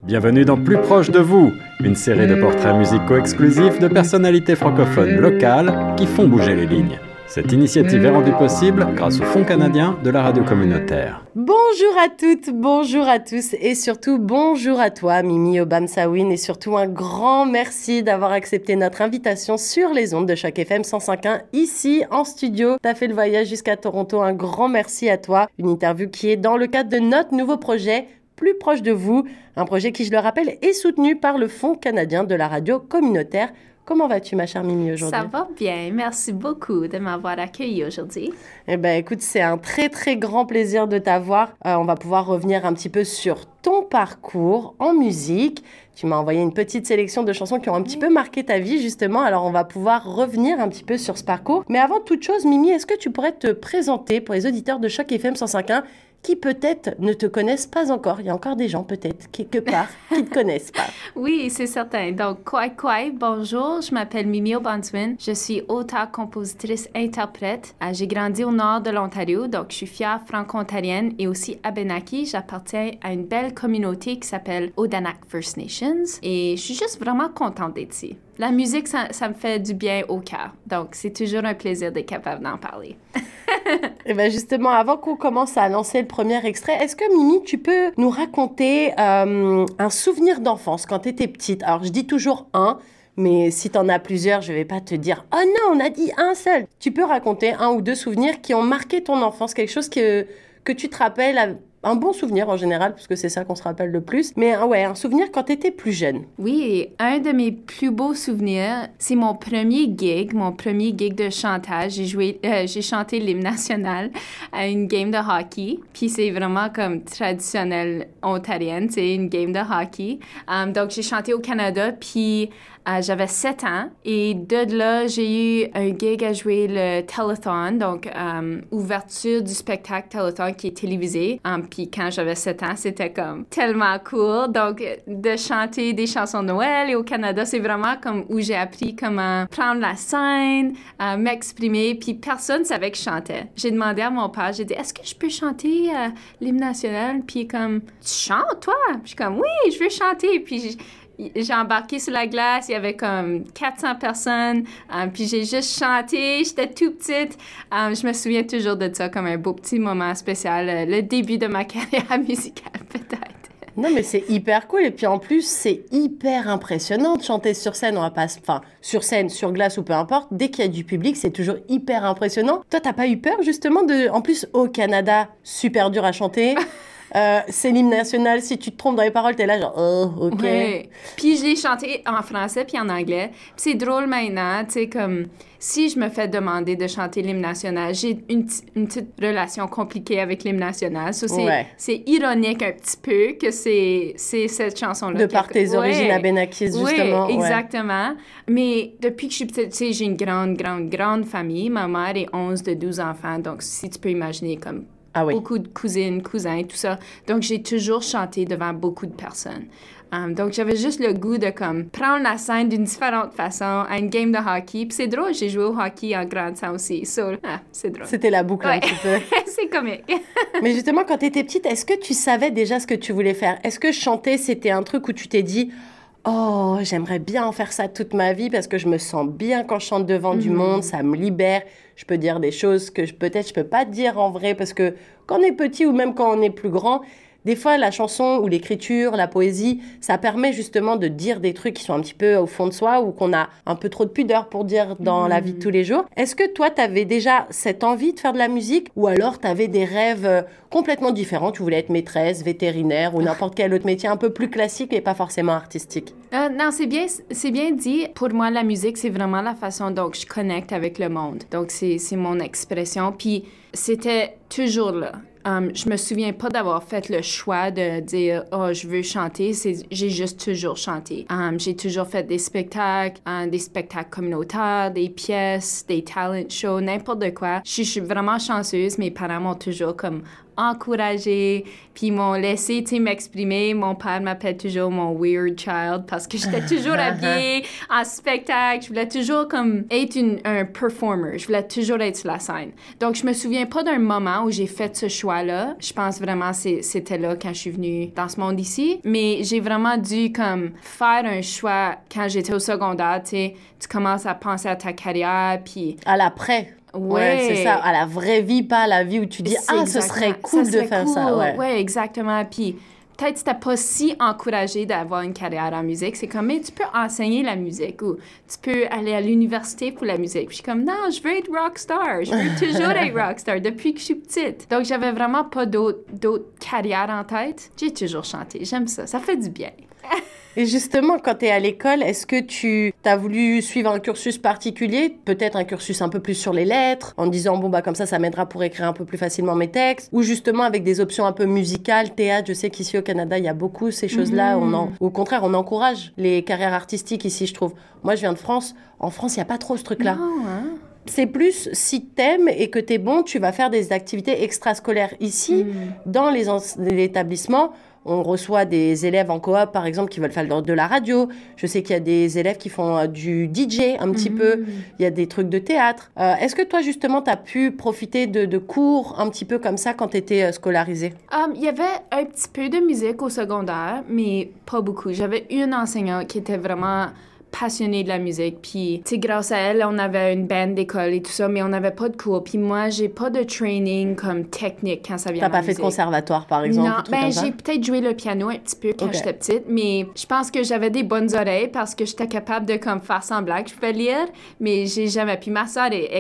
Bienvenue dans Plus proche de vous, une série de portraits musicaux exclusifs de personnalités francophones locales qui font bouger les lignes. Cette initiative est rendue possible grâce au Fonds canadien de la radio communautaire. Bonjour à toutes, bonjour à tous et surtout bonjour à toi Mimi Obamsawin et surtout un grand merci d'avoir accepté notre invitation sur les ondes de Choc FM 105.1 ici en studio. T'as fait le voyage jusqu'à Toronto, un grand merci à toi. Une interview qui est dans le cadre de notre nouveau projet Plus proche de vous, un projet qui, je le rappelle, est soutenu par le Fonds canadien de la radio communautaire. Comment vas-tu, ma chère Mimi, aujourd'hui? Ça va bien. Merci beaucoup de m'avoir accueillie aujourd'hui. Eh bien, écoute, c'est un très, très grand plaisir de t'avoir. On va pouvoir revenir un petit peu sur ton parcours en musique. Tu m'as envoyé une petite sélection de chansons qui ont un petit peu marqué ta vie, justement. Alors, on va pouvoir revenir un petit peu sur ce parcours. Mais avant toute chose, Mimi, est-ce que tu pourrais te présenter pour les auditeurs de Choc FM 105.1 qui peut-être ne te connaissent pas encore? Il y a encore des gens, peut-être, quelque part, qui ne te connaissent pas. Oui, c'est certain. Donc, Kwai, bonjour. Je m'appelle Mimi Obamsawin. Je suis auteure, compositrice, interprète. J'ai grandi au nord de l'Ontario, donc je suis fière franco-ontarienne et aussi Abenaki. J'appartiens à une belle communauté qui s'appelle Odanak First Nations et je suis juste vraiment contente d'être ici. La musique, ça me fait du bien au cœur. Donc, c'est toujours un plaisir d'être capable d'en parler. Et bien justement, avant qu'on commence à lancer le premier extrait, est-ce que Mimi, tu peux nous raconter un souvenir d'enfance quand tu étais petite? Alors, je dis toujours un, mais si tu en as plusieurs, je ne vais pas te dire « Oh non, on a dit un seul !» Tu peux raconter un ou deux souvenirs qui ont marqué ton enfance, quelque chose que tu te rappelles, un bon souvenir en général, parce que c'est ça qu'on se rappelle le plus, mais un souvenir quand tu étais plus jeune. Oui, un de mes plus beaux souvenirs, c'est mon premier gig de chantage. J'ai chanté l'hymne national à une game de hockey, puis c'est vraiment comme traditionnel ontarienne, c'est une game de hockey. Donc, j'ai chanté au Canada, puis j'avais 7 ans, et de là, j'ai eu un gig à jouer le Telethon, donc ouverture du spectacle Telethon qui est télévisé. Puis quand j'avais 7 ans, c'était comme tellement cool. Donc, de chanter des chansons de Noël et au Canada, c'est vraiment comme où j'ai appris comment prendre la scène, m'exprimer, puis personne ne savait que je chantais. J'ai demandé à mon père, j'ai dit, est-ce que je peux chanter l'hymne national? Puis comme, tu chantes, toi? Je suis comme, oui, je veux chanter. Puis j'ai embarqué sur la glace, il y avait comme 400 personnes, puis j'ai juste chanté, j'étais tout petite. Je me souviens toujours de ça comme un beau petit moment spécial, le début de ma carrière musicale peut-être. Non, mais c'est hyper cool. Et puis en plus, c'est hyper impressionnant de chanter sur scène. Sur scène, sur glace ou peu importe. Dès qu'il y a du public, c'est toujours hyper impressionnant. Toi, t'as pas eu peur justement en plus, au Canada, super dur à chanter. C'est l'hymne national. Si tu te trompes dans les paroles, t'es là genre, oh, OK. Oui. Puis je l'ai chanté en français puis en anglais. Puis c'est drôle maintenant, tu sais, comme si je me fais demander de chanter l'hymne national, j'ai une petite relation compliquée avec l'hymne national. So, c'est ironique un petit peu que c'est cette chanson-là. De par tes origines abénakis, justement. Oui, exactement. Mais depuis que je suis petite, tu sais, j'ai une grande famille. Ma mère est 11 de 12 enfants. Donc, si tu peux imaginer comme beaucoup de cousines, cousins, tout ça. Donc, j'ai toujours chanté devant beaucoup de personnes. Donc, j'avais juste le goût de comme prendre la scène d'une différente façon à une game de hockey. Puis c'est drôle, j'ai joué au hockey en grandissant aussi. C'est drôle. C'était la boucle un petit peu. C'est comique. Mais justement, quand tu étais petite, est-ce que tu savais déjà ce que tu voulais faire? Est-ce que chanter, c'était un truc où tu t'es dit « Oh, j'aimerais bien en faire ça toute ma vie parce que je me sens bien quand je chante devant du monde, ça me libère. Je peux dire des choses que peut-être je peux pas dire en vrai parce que quand on est petit ou même quand on est plus grand, des fois, la chanson ou l'écriture, la poésie, ça permet justement de dire des trucs qui sont un petit peu au fond de soi ou qu'on a un peu trop de pudeur pour dire dans la vie de tous les jours. Est-ce que toi, tu avais déjà cette envie de faire de la musique ou alors tu avais des rêves complètement différents? Tu voulais être maîtresse, vétérinaire ou n'importe quel autre métier un peu plus classique et pas forcément artistique? Non, c'est bien dit. Pour moi, la musique, c'est vraiment la façon dont je connecte avec le monde. Donc, c'est mon expression. Puis, c'était toujours là. Je me souviens pas d'avoir fait le choix de dire « Oh, je veux chanter ». J'ai juste toujours chanté. J'ai toujours fait des spectacles communautaires, des pièces, des talent shows, n'importe quoi. Je suis vraiment chanceuse. Mes parents m'ont toujours comme encouragé, puis ils m'ont laissé, tu sais, m'exprimer. Mon père m'appelle toujours mon weird child parce que j'étais toujours habillée en spectacle. Je voulais toujours comme être un performer. Je voulais toujours être sur la scène. Donc, je me souviens pas d'un moment où j'ai fait ce choix-là. Je pense vraiment c'était là quand je suis venue dans ce monde ici. Mais j'ai vraiment dû comme faire un choix quand j'étais au secondaire, tu sais. Tu commences à penser à ta carrière, puis... À l'après. Ouais, c'est ça, à la vraie vie, pas à la vie où tu dis « Ah, ce serait cool de faire ça. » Ouais, exactement. Puis peut-être c'était pas si encouragé d'avoir une carrière en musique. C'est comme, mais tu peux enseigner la musique ou tu peux aller à l'université pour la musique. Puis je suis comme, non, je veux être rockstar. Je veux toujours être rockstar depuis que je suis petite. Donc, j'avais vraiment pas d'autres carrières en tête. J'ai toujours chanté. J'aime ça. Ça fait du bien. Et justement, quand tu es à l'école, est-ce que tu as voulu suivre un cursus particulier? Peut-être un cursus un peu plus sur les lettres, en disant, bon, bah comme ça m'aidera pour écrire un peu plus facilement mes textes. Ou justement avec des options un peu musicales, théâtre. Je sais qu'ici au Canada, il y a beaucoup ces choses-là. Au contraire, on encourage les carrières artistiques ici, je trouve. Moi, je viens de France. En France, il n'y a pas trop ce truc-là. Non, hein? C'est plus, si t'aimes et que t'es bon, tu vas faire des activités extrascolaires. Ici, dans l'établissement, on reçoit des élèves en coop, par exemple, qui veulent faire de la radio. Je sais qu'il y a des élèves qui font du DJ un petit peu. Il y a des trucs de théâtre. Est-ce que toi, justement, tu as pu profiter de cours un petit peu comme ça quand tu étais scolarisée? Il y avait un petit peu de musique au secondaire, mais pas beaucoup. J'avais une enseignante qui était vraiment passionnée de la musique. Puis, tu sais, grâce à elle, on avait une band d'école et tout ça, mais on n'avait pas de cours. Puis moi, j'ai pas de training comme technique quand ça vient à la musique. T'as pas fait de conservatoire, par exemple? Non, j'ai peut-être joué le piano un petit peu quand j'étais petite, mais je pense que j'avais des bonnes oreilles parce que j'étais capable de comme faire semblant que je pouvais lire, mais j'ai jamais pu. Ma sœur est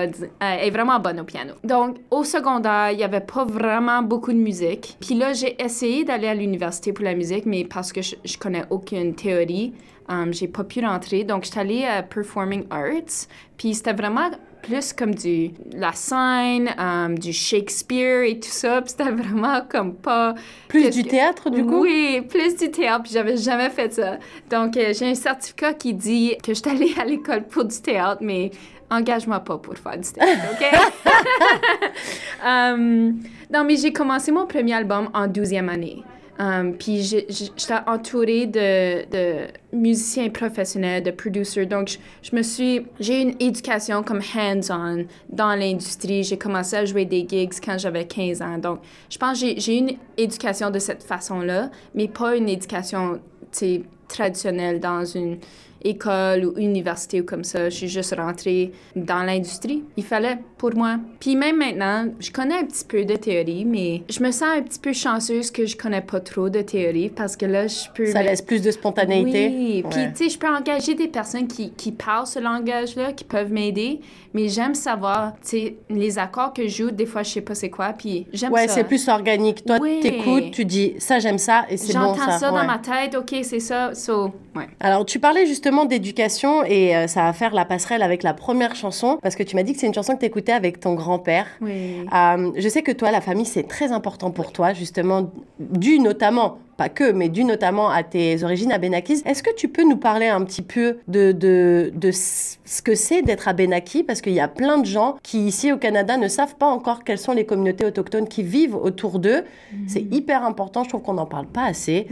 est vraiment bonne au piano. Donc, au secondaire, il y avait pas vraiment beaucoup de musique. Puis là, j'ai essayé d'aller à l'université pour la musique, mais parce que je connais aucune théorie, j'ai pas pu rentrer. Donc, j'étais allée à Performing Arts. Puis c'était vraiment plus comme la scène, du Shakespeare et tout ça. Puis c'était vraiment comme pas... Plus du théâtre, du coup? Oui, plus du théâtre. Puis j'avais jamais fait ça. Donc, j'ai un certificat qui dit que je suis allée à l'école pour du théâtre, mais engage-moi pas pour faire du théâtre, OK? Non, mais j'ai commencé mon premier album en 12e année. Puis j'étais entourée de musiciens professionnels, de producers. Donc, j'ai une éducation comme hands-on dans l'industrie. J'ai commencé à jouer des gigs quand j'avais 15 ans. Donc, je pense que j'ai une éducation de cette façon-là, mais pas une éducation, tu sais, traditionnelle dans une école ou université ou comme ça. Je suis juste rentrée dans l'industrie. Il fallait pour moi. Puis même maintenant, je connais un petit peu de théorie, mais je me sens un petit peu chanceuse que je connais pas trop de théorie parce que là, je peux... Ça laisse plus de spontanéité. Oui. Puis, tu sais, je peux engager des personnes qui parlent ce langage-là, qui peuvent m'aider, mais j'aime savoir, tu sais, les accords que je joue, des fois, je sais pas c'est quoi, puis j'aime ça. Ouais, c'est plus organique. Toi, t'écoutes, tu dis, ça, j'aime ça, et c'est bon, ça. J'entends ça dans ma tête, OK, c'est ça, ouais. Alors, tu parlais justement d'éducation et ça va faire la passerelle avec la première chanson parce que tu m'as dit que c'est une chanson que tu écoutais avec ton grand-père. Oui. Je sais que toi, la famille, c'est très important pour toi, justement, dû notamment, pas que, mais dû notamment à tes origines abénakis. Est-ce que tu peux nous parler un petit peu de ce que c'est d'être abénaki? Parce qu'il y a plein de gens qui, ici au Canada, ne savent pas encore quelles sont les communautés autochtones qui vivent autour d'eux. C'est hyper important, je trouve qu'on n'en parle pas assez.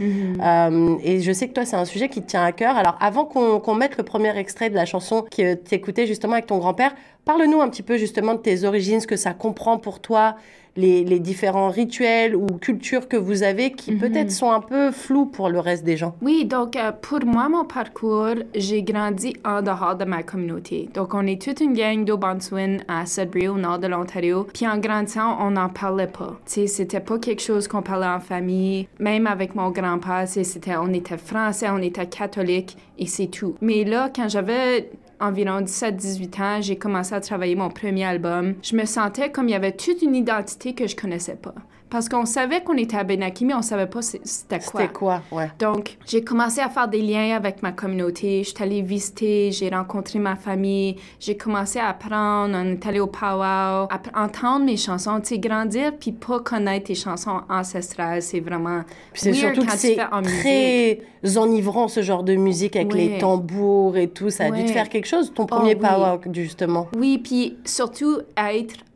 Et je sais que toi, c'est un sujet qui te tient à cœur. Alors, avant qu'on mette le premier extrait de la chanson que t'écoutais justement avec ton grand-père, parle-nous un petit peu justement de tes origines, ce que ça comprend pour toi, les différents rituels ou cultures que vous avez qui peut-être sont un peu flous pour le reste des gens. Oui, donc pour moi, mon parcours, j'ai grandi en dehors de ma communauté. Donc, on est toute une gang d'Aubanswin à Sudbury, au nord de l'Ontario. Puis en grandissant, on n'en parlait pas. Tu sais, c'était pas quelque chose qu'on parlait en famille. Même avec mon grand-père, on était français, on était catholique et c'est tout. Mais là, quand j'avais environ 17-18 ans, j'ai commencé à travailler mon premier album. Je me sentais comme il y avait toute une identité que je connaissais pas. Parce qu'on savait qu'on était abénaki, mais on savait pas c'était quoi. C'était quoi, ouais. Donc, j'ai commencé à faire des liens avec ma communauté. Je suis allée visiter, j'ai rencontré ma famille, j'ai commencé à apprendre, on est allé au powwow, entendre mes chansons, tu sais, grandir puis pas connaître tes chansons ancestrales, c'est vraiment puis c'est weird surtout quand que c'est très enivrant ce genre de musique avec les tambours et tout. Ça a dû te faire quelque chose, ton premier powwow, justement. Oui, puis surtout être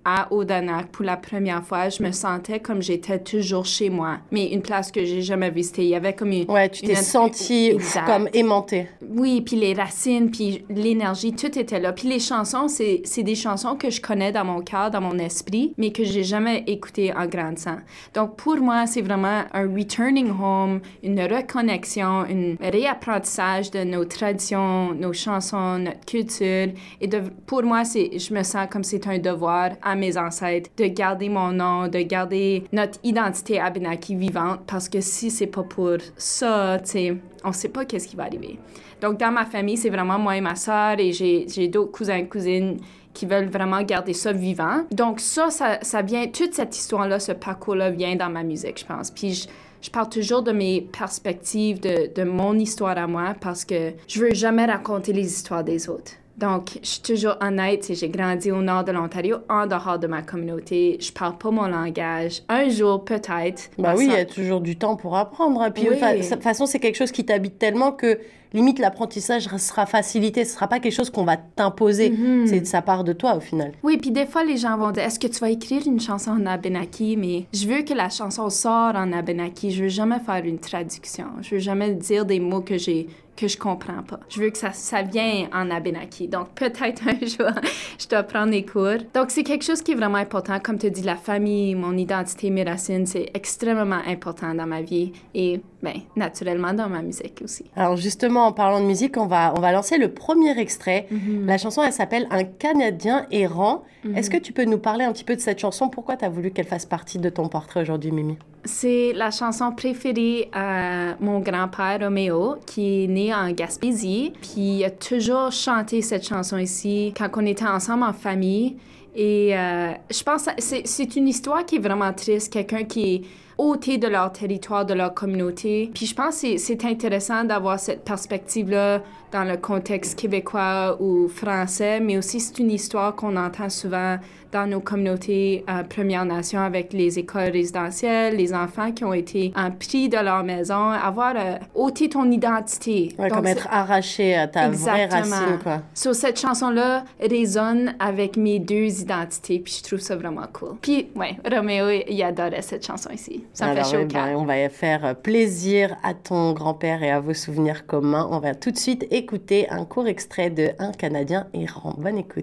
à Odanak pour la première fois, je me sentais comme j'étais toujours chez moi, mais une place que j'ai jamais visitée. Il y avait comme une... Ouais, tu t'es sentie comme aimantée. Oui, puis les racines, puis l'énergie, tout était là. Puis les chansons, c'est des chansons que je connais dans mon cœur, dans mon esprit, mais que j'ai jamais écoutées en grandissant. Donc, pour moi, c'est vraiment un returning home, une reconnexion, un réapprentissage de nos traditions, nos chansons, notre culture. Et pour moi, je me sens comme c'est un devoir à mes ancêtres de garder mon nom, de garder notre identité Abenaki vivante, parce que si c'est pas pour ça, tu sais, on sait pas qu'est-ce qui va arriver. Donc, dans ma famille, c'est vraiment moi et ma sœur, et j'ai d'autres cousins et cousines qui veulent vraiment garder ça vivant. Donc, ça vient, toute cette histoire-là, ce parcours-là vient dans ma musique, je pense. Puis, je parle toujours de mes perspectives, de mon histoire à moi, parce que je veux jamais raconter les histoires des autres. Donc, je suis toujours honnête, j'ai grandi au nord de l'Ontario, en dehors de ma communauté. Je parle pas mon langage. Un jour, peut-être. Bah oui, il y a toujours du temps pour apprendre. Hein. Puis, oui. de toute façon, c'est quelque chose qui t'habite tellement que, limite, l'apprentissage sera facilité. Ce sera pas quelque chose qu'on va t'imposer. Ça part de toi, au final. Oui, puis des fois, les gens vont dire, est-ce que tu vas écrire une chanson en Abenaki? Mais je veux que la chanson sorte en Abenaki. Je veux jamais faire une traduction. Je veux jamais dire des mots que je comprends pas. Je veux que ça vienne en Abenaki. Donc, peut-être un jour, je dois prendre des cours. Donc, c'est quelque chose qui est vraiment important. Comme tu dis, la famille, mon identité, mes racines, c'est extrêmement important dans ma vie et, bien, naturellement, dans ma musique aussi. Alors, justement, en parlant de musique, on va lancer le premier extrait. La chanson, elle s'appelle « Un Canadien errant ». Est-ce que tu peux nous parler un petit peu de cette chanson? Pourquoi tu as voulu qu'elle fasse partie de ton portrait aujourd'hui, Mimi? C'est la chanson préférée à mon grand-père, Roméo, qui est né en Gaspésie. Puis il a toujours chanté cette chanson ici quand on était ensemble en famille. Et je pense que c'est une histoire qui est vraiment triste. Quelqu'un qui est ôté de leur territoire, de leur communauté. Puis je pense que c'est intéressant d'avoir cette perspective-là dans le contexte québécois ou français, mais aussi c'est une histoire qu'on entend souvent dans nos communautés Premières Nations avec les écoles résidentielles, les enfants qui ont été pris de leur maison, avoir ôté ton identité. Ouais, comme être arraché à ta vraie racine, quoi. So, cette chanson-là résonne avec mes deux identités, puis je trouve ça vraiment cool. Puis, ouais, Roméo, il adorait cette chanson ici. Ça me fait chaud au cœur. On va faire plaisir à ton grand-père et à vos souvenirs communs. On va tout de suite écouter un court extrait de Un Canadien errant. Bonne écoute.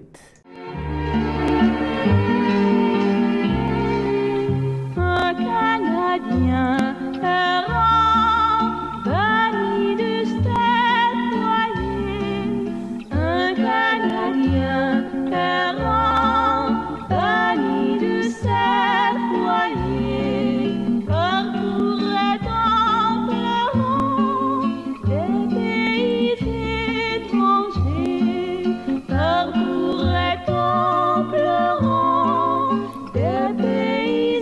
Un Canadien errant, banni du stade foyer. Un Canadien errant, banni du stade foyer. Parcourait en pleurant des pays étrangers. Parcourait en pleurant des pays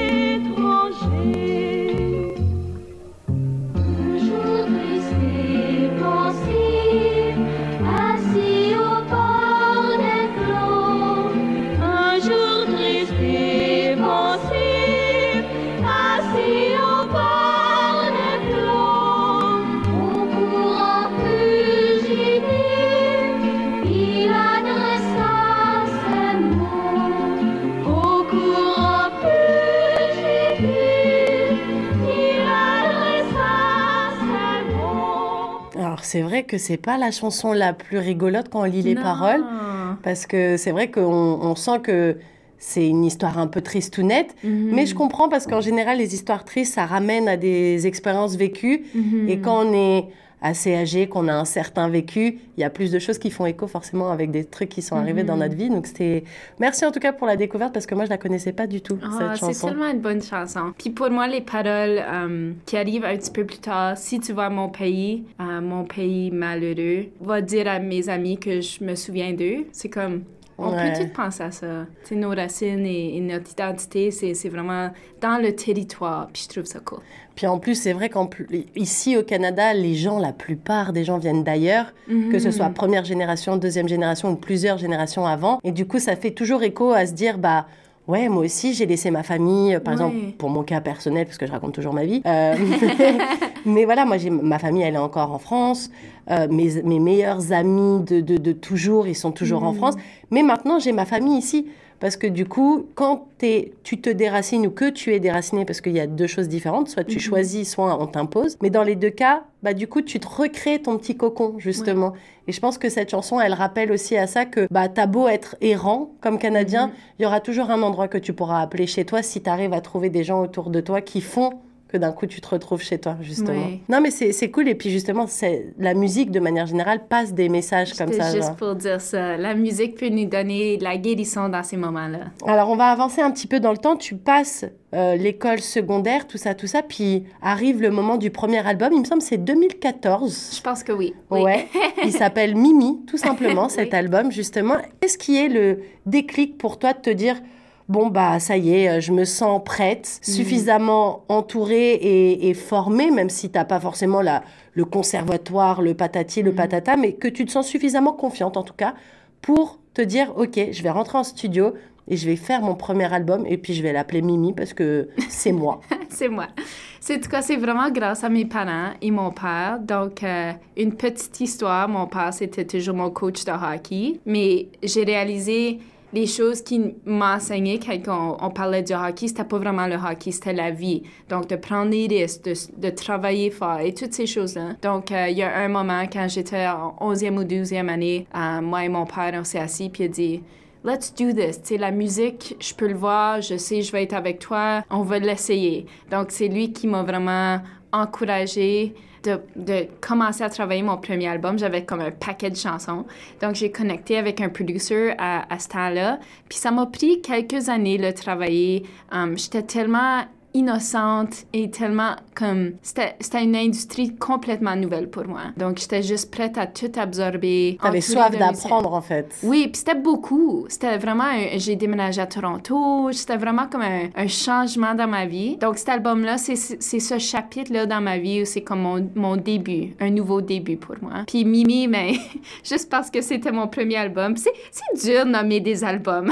étrangers. Un jour triste et pensif, assis au bord des flots. Un jour triste et pensif, assis au bord des flots. Au courant fugitif, il adressa ses mots. Au courant fugitif, il adressa ses mots. Alors, c'est vrai que c'est pas la chanson la plus rigolote quand on lit les paroles, parce que c'est vrai qu'on sent que c'est une histoire un peu tristounette, mais je comprends parce qu'en général, les histoires tristes, ça ramène à des expériences vécues, et quand on est assez âgé, qu'on a un certain vécu, il y a plus de choses qui font écho forcément avec des trucs qui sont arrivés dans notre vie. Donc c'était... Merci en tout cas pour la découverte parce que moi je la connaissais pas du tout, cette chanson. C'est tellement une bonne chanson. Puis pour moi, les paroles qui arrivent un petit peu plus tard, si tu vois mon pays malheureux, va dire à mes amis que je me souviens d'eux. C'est comme... On peut tout penser à ça. T'sais, nos racines et notre identité, c'est vraiment dans le territoire. Puis je trouve ça cool. Puis en plus, c'est vrai qu'ici au Canada, la plupart des gens viennent d'ailleurs, que ce soit première génération, deuxième génération ou plusieurs générations avant. Et du coup, ça fait toujours écho à se dire, bah... Ouais, moi aussi, j'ai laissé ma famille, par exemple, pour mon cas personnel, parce que je raconte toujours ma vie. Mais voilà, moi, ma famille, elle est encore en France. Mes meilleurs amis de toujours, ils sont toujours en France. Mais maintenant, j'ai ma famille ici. parce que du coup, quand tu te déracines ou que tu es déraciné, parce qu'il y a deux choses différentes, soit tu choisis, soit on t'impose, mais dans les deux cas, bah, du coup, tu te recrées ton petit cocon, justement. Ouais. Et je pense que cette chanson, elle rappelle aussi à ça que bah, t'as beau être errant comme Canadien, il y aura toujours un endroit que tu pourras appeler chez toi si tu arrives à trouver des gens autour de toi qui font que d'un coup, tu te retrouves chez toi, justement. Oui. Non, mais c'est cool. Et puis, justement, la musique, de manière générale, passe des messages comme ça. Juste pour dire ça. La musique peut nous donner la guérison dans ces moments-là. Alors, on va avancer un petit peu dans le temps. Tu passes l'école secondaire, tout ça. Puis arrive le moment du premier album. Il me semble que c'est 2014. Je pense que oui. Ouais. Il s'appelle Mimi, tout simplement, cet album, justement. Qu'est-ce qui est le déclic pour toi de te dire... Bon, bah, ça y est, je me sens prête, suffisamment entourée et formée, même si tu n'as pas forcément le conservatoire, le patati, le patata, mais que tu te sens suffisamment confiante, en tout cas, pour te dire, OK, je vais rentrer en studio et je vais faire mon premier album et puis je vais l'appeler Mimi parce que c'est moi. C'est moi. En tout cas, c'est vraiment grâce à mes parents et mon père. Donc, une petite histoire, mon père, c'était toujours mon coach de hockey, mais j'ai réalisé... Les choses qu'il m'enseignaient quand on parlait du hockey, c'était pas vraiment le hockey, c'était la vie. Donc, de prendre des risques, de travailler fort et toutes ces choses-là. Donc, il y a un moment, quand j'étais en 11e ou 12e année, moi et mon père, on s'est assis puis il a dit « Let's do this ». Tu sais, la musique, je peux le voir, je sais, je vais être avec toi, on va l'essayer. Donc, c'est lui qui m'a vraiment encouragée de commencer à travailler mon premier album. J'avais comme un paquet de chansons. Donc, j'ai connecté avec un producer à ce temps-là. Puis, ça m'a pris quelques années de travailler. J'étais tellement innocente et tellement comme... C'était une industrie complètement nouvelle pour moi. Donc, j'étais juste prête à tout absorber. T'avais soif d'apprendre, en fait. Oui, puis c'était beaucoup. C'était vraiment... J'ai déménagé à Toronto. C'était vraiment comme un changement dans ma vie. Donc, cet album-là, c'est ce chapitre-là dans ma vie où c'est comme mon début, un nouveau début pour moi. Puis Mimi, mais juste parce que c'était mon premier album. C'est dur de nommer des albums.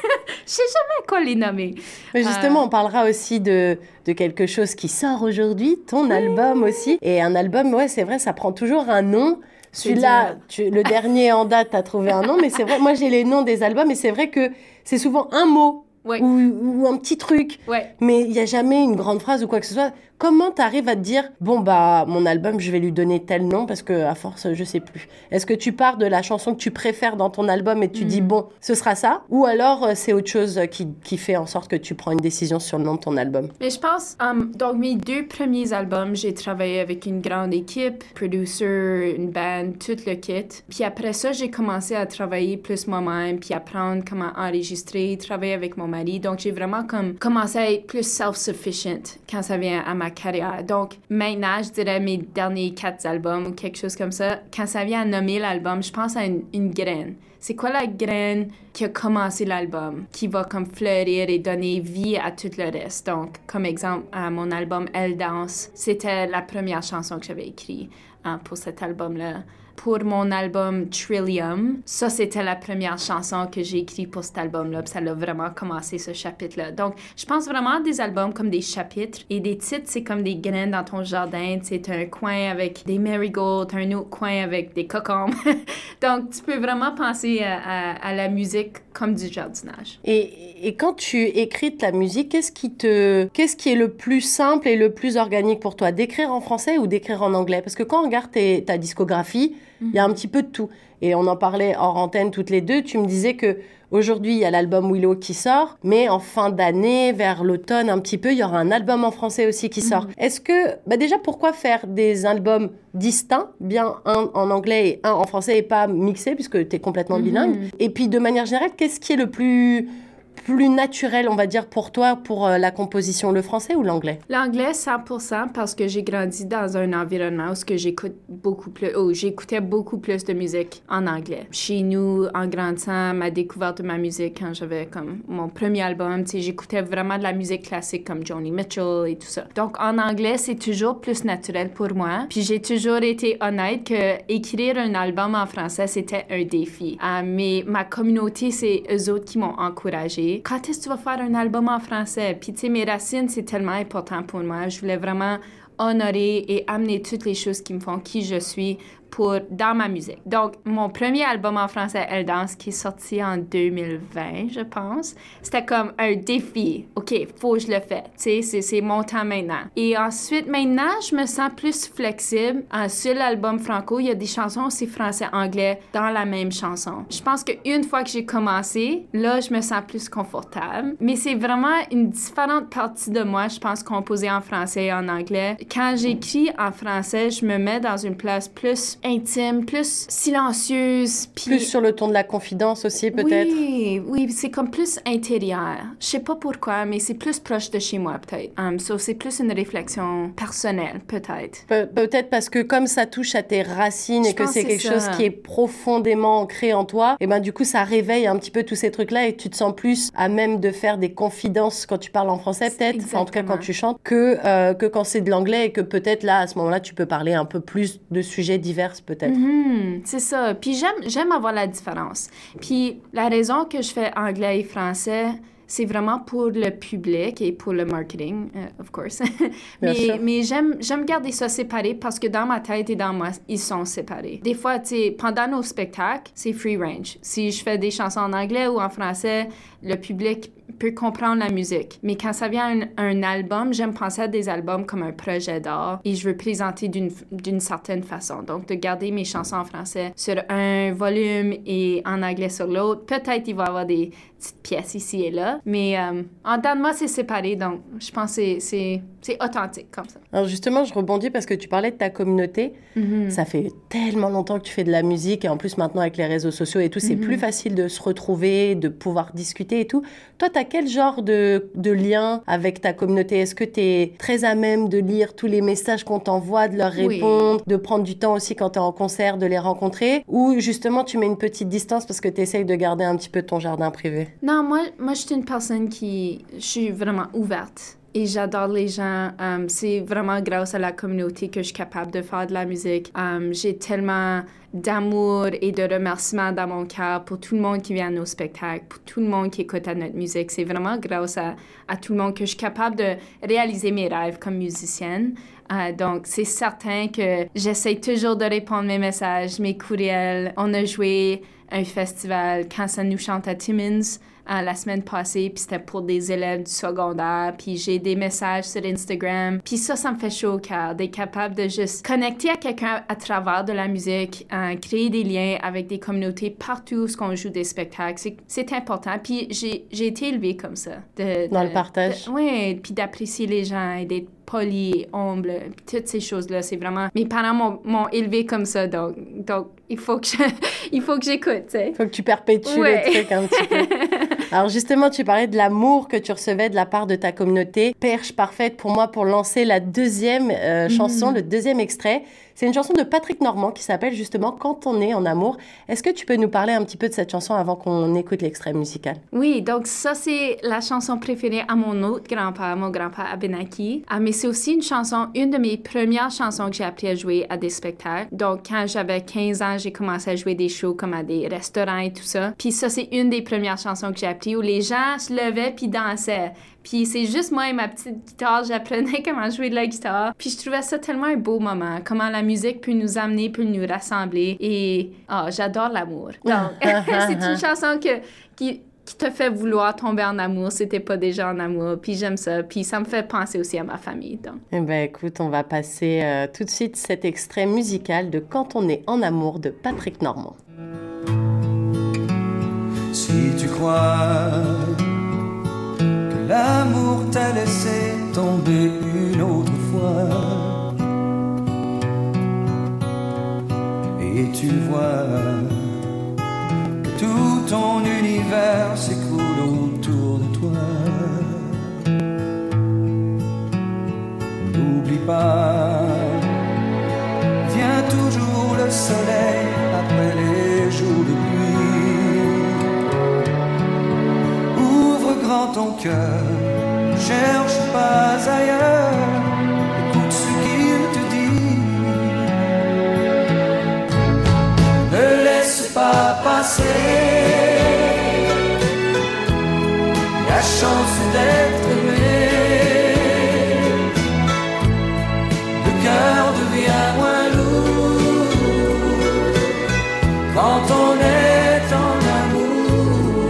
Je sais jamais quoi les nommer. Mais justement, on parlera aussi de quelque chose qui sort aujourd'hui, ton album aussi. Et un album, ouais, c'est vrai, ça prend toujours un nom. Celui-là, le dernier en date, t'as trouvé un nom, mais c'est vrai, moi j'ai les noms des albums et c'est vrai que c'est souvent un mot. Ouais. Ou un petit truc, mais il n'y a jamais une grande phrase ou quoi que ce soit. Comment tu arrives à te dire, bon, bah, mon album, je vais lui donner tel nom parce qu'à force, je sais plus. Est-ce que tu pars de la chanson que tu préfères dans ton album et tu dis, bon, ce sera ça? Ou alors, c'est autre chose qui fait en sorte que tu prends une décision sur le nom de ton album? Mais je pense, donc mes 2 premiers albums, j'ai travaillé avec une grande équipe, producer, une band, tout le kit. Puis après ça, j'ai commencé à travailler plus moi-même, puis apprendre comment enregistrer, travailler avec mon mari. Donc, j'ai vraiment commencé à être plus self-sufficient quand ça vient à ma carrière. Donc, maintenant, je dirais mes derniers 4 albums ou quelque chose comme ça. Quand ça vient à nommer l'album, je pense à une graine. C'est quoi la graine qui a commencé l'album, qui va comme fleurir et donner vie à tout le reste? Donc, comme exemple, mon album Elle danse, c'était la première chanson que j'avais écrite pour cet album-là. Pour mon album Trillium, ça, c'était la première chanson que j'ai écrite pour cet album-là, puis ça a vraiment commencé ce chapitre-là. Donc, je pense vraiment à des albums comme des chapitres, et des titres, c'est comme des graines dans ton jardin. Tu sais, t'as un coin avec des marigolds, t'as un autre coin avec des cocombes. Donc, tu peux vraiment penser à la musique comme du jardinage. Et quand tu écris de la musique, qu'est-ce qui est le plus simple et le plus organique pour toi? D'écrire en français ou d'écrire en anglais? Parce que quand on regarde ta discographie, il y a un petit peu de tout. Et on en parlait hors antenne toutes les deux. Tu me disais que aujourd'hui, il y a l'album Willow qui sort, mais en fin d'année, vers l'automne un petit peu, il y aura un album en français aussi qui sort. Est-ce que, déjà, pourquoi faire des albums distincts, bien un en anglais et un en français et pas mixés, puisque tu es complètement bilingue? Et puis, de manière générale, qu'est-ce qui est le plus naturel, on va dire, pour toi, pour la composition, le français ou l'anglais? L'anglais, 100%, parce que j'ai grandi dans un environnement où j'écoutais beaucoup plus de musique en anglais. Chez nous, en grandissant, ma découverte de ma musique, quand j'avais comme mon premier album, tu sais, j'écoutais vraiment de la musique classique comme Joni Mitchell et tout ça. Donc, en anglais, c'est toujours plus naturel pour moi. Puis, j'ai toujours été honnête que écrire un album en français, c'était un défi. Mais ma communauté, c'est eux autres qui m'ont encouragée. Quand est-ce que tu vas faire un album en français? Puis, tu sais, mes racines, c'est tellement important pour moi. Je voulais vraiment honorer et amener toutes les choses qui me font qui je suis dans ma musique. Donc, mon premier album en français, Elle danse, qui est sorti en 2020, je pense, c'était comme un défi. OK, faut que je le fasse. Tu sais, c'est mon temps maintenant. Et ensuite, maintenant, je me sens plus flexible. Sur l'album Franco, il y a des chansons aussi français-anglais dans la même chanson. Je pense qu'une fois que j'ai commencé, là, je me sens plus confortable. Mais c'est vraiment une différente partie de moi, je pense, composée en français et en anglais. Quand j'écris en français, je me mets dans une place plus intime, plus silencieuse. Puis... Plus sur le ton de la confidence aussi, peut-être? Oui, c'est comme plus intérieur. Je sais pas pourquoi, mais c'est plus proche de chez moi, peut-être. So, c'est plus une réflexion personnelle, peut-être. Peut-être parce que comme ça touche à tes racines et que c'est quelque chose qui est profondément ancré en toi, et ben du coup, ça réveille un petit peu tous ces trucs-là et tu te sens plus à même de faire des confidences quand tu parles en français, peut-être, enfin, en tout cas quand tu chantes, que quand c'est de l'anglais et que peut-être là, à ce moment-là, tu peux parler un peu plus de sujets divers, peut-être. C'est ça. Puis j'aime avoir la différence. Puis la raison que je fais anglais et français, c'est vraiment pour le public et pour le marketing, of course. mais j'aime garder ça séparé parce que dans ma tête et dans moi, ils sont séparés. Des fois, tu sais, pendant nos spectacles, c'est free range. Si je fais des chansons en anglais ou en français, le public peut comprendre la musique. Mais quand ça vient un album, j'aime penser à des albums comme un projet d'art et je veux présenter d'une certaine façon. Donc, de garder mes chansons en français sur un volume et en anglais sur l'autre. Peut-être il va y avoir des petites pièces ici et là, mais en dedans de moi, c'est séparé. Donc, je pense que c'est authentique comme ça. Alors justement, je rebondis parce que tu parlais de ta communauté. Ça fait tellement longtemps que tu fais de la musique et en plus maintenant avec les réseaux sociaux et tout, c'est plus facile de se retrouver, de pouvoir discuter et tout. Toi, tu as quel genre de lien avec ta communauté? Est-ce que tu es très à même de lire tous les messages qu'on t'envoie, de leur répondre, de prendre du temps aussi quand tu es en concert, de les rencontrer? Ou justement, tu mets une petite distance parce que tu essayes de garder un petit peu ton jardin privé? Non, moi je suis une personne je suis vraiment ouverte. Et j'adore les gens. C'est vraiment grâce à la communauté que je suis capable de faire de la musique. J'ai tellement d'amour et de remerciements dans mon cœur pour tout le monde qui vient à nos spectacles, pour tout le monde qui écoute à notre musique. C'est vraiment grâce à tout le monde que je suis capable de réaliser mes rêves comme musicienne. Donc, c'est certain que j'essaie toujours de répondre mes messages, mes courriels. On a joué un festival quand ça nous chante à Timmins la semaine passée, puis c'était pour des élèves du secondaire, puis j'ai des messages sur Instagram, puis ça me fait chaud au cœur d'être capable de juste connecter à quelqu'un à travers de la musique, créer des liens avec des communautés partout où on joue des spectacles. C'est important, puis j'ai été élevée comme ça. Dans le partage. Oui, puis d'apprécier les gens et d'être poli, humble, puis toutes ces choses-là, c'est vraiment... Mes parents m'ont élevé comme ça, donc il faut que j'écoute, tu sais. Il faut que tu perpétues le truc un petit peu. Alors justement, tu parlais de l'amour que tu recevais de la part de ta communauté. Perche parfaite pour moi pour lancer la deuxième chanson, le deuxième extrait. C'est une chanson de Patrick Normand qui s'appelle justement « Quand on est en amour ». Est-ce que tu peux nous parler un petit peu de cette chanson avant qu'on écoute l'extrait musical? Oui, donc ça, c'est la chanson préférée à mon autre grand-père, mon grand-père Abenaki. Mais c'est aussi une de mes premières chansons que j'ai appris à jouer à des spectacles. Donc, quand j'avais 15 ans, j'ai commencé à jouer des shows comme à des restaurants et tout ça. Puis ça, c'est une des premières chansons que j'ai appris où les gens se levaient puis dansaient. Puis c'est juste moi et ma petite guitare, j'apprenais comment jouer de la guitare. Puis je trouvais ça tellement un beau moment, comment la musique peut nous amener, peut nous rassembler. Et j'adore l'amour. Donc, c'est une chanson qui te fait vouloir tomber en amour si t'es pas déjà en amour. Puis j'aime ça. Puis ça me fait penser aussi à ma famille. Donc. Eh bien, écoute, on va passer tout de suite cet extrait musical de Quand on est en amour de Patrick Normand. Si tu crois que l'amour t'a laissé tomber une autre fois et tu vois que tout ton univers s'écroule autour de toi, n'oublie pas, vient toujours le soleil après les jours de pluie. Ouvre grand ton cœur, cherche pas ailleurs, écoute ce qu'il te dit. Ne laisse pas passer la chance d'être aimé. quand on est en amour.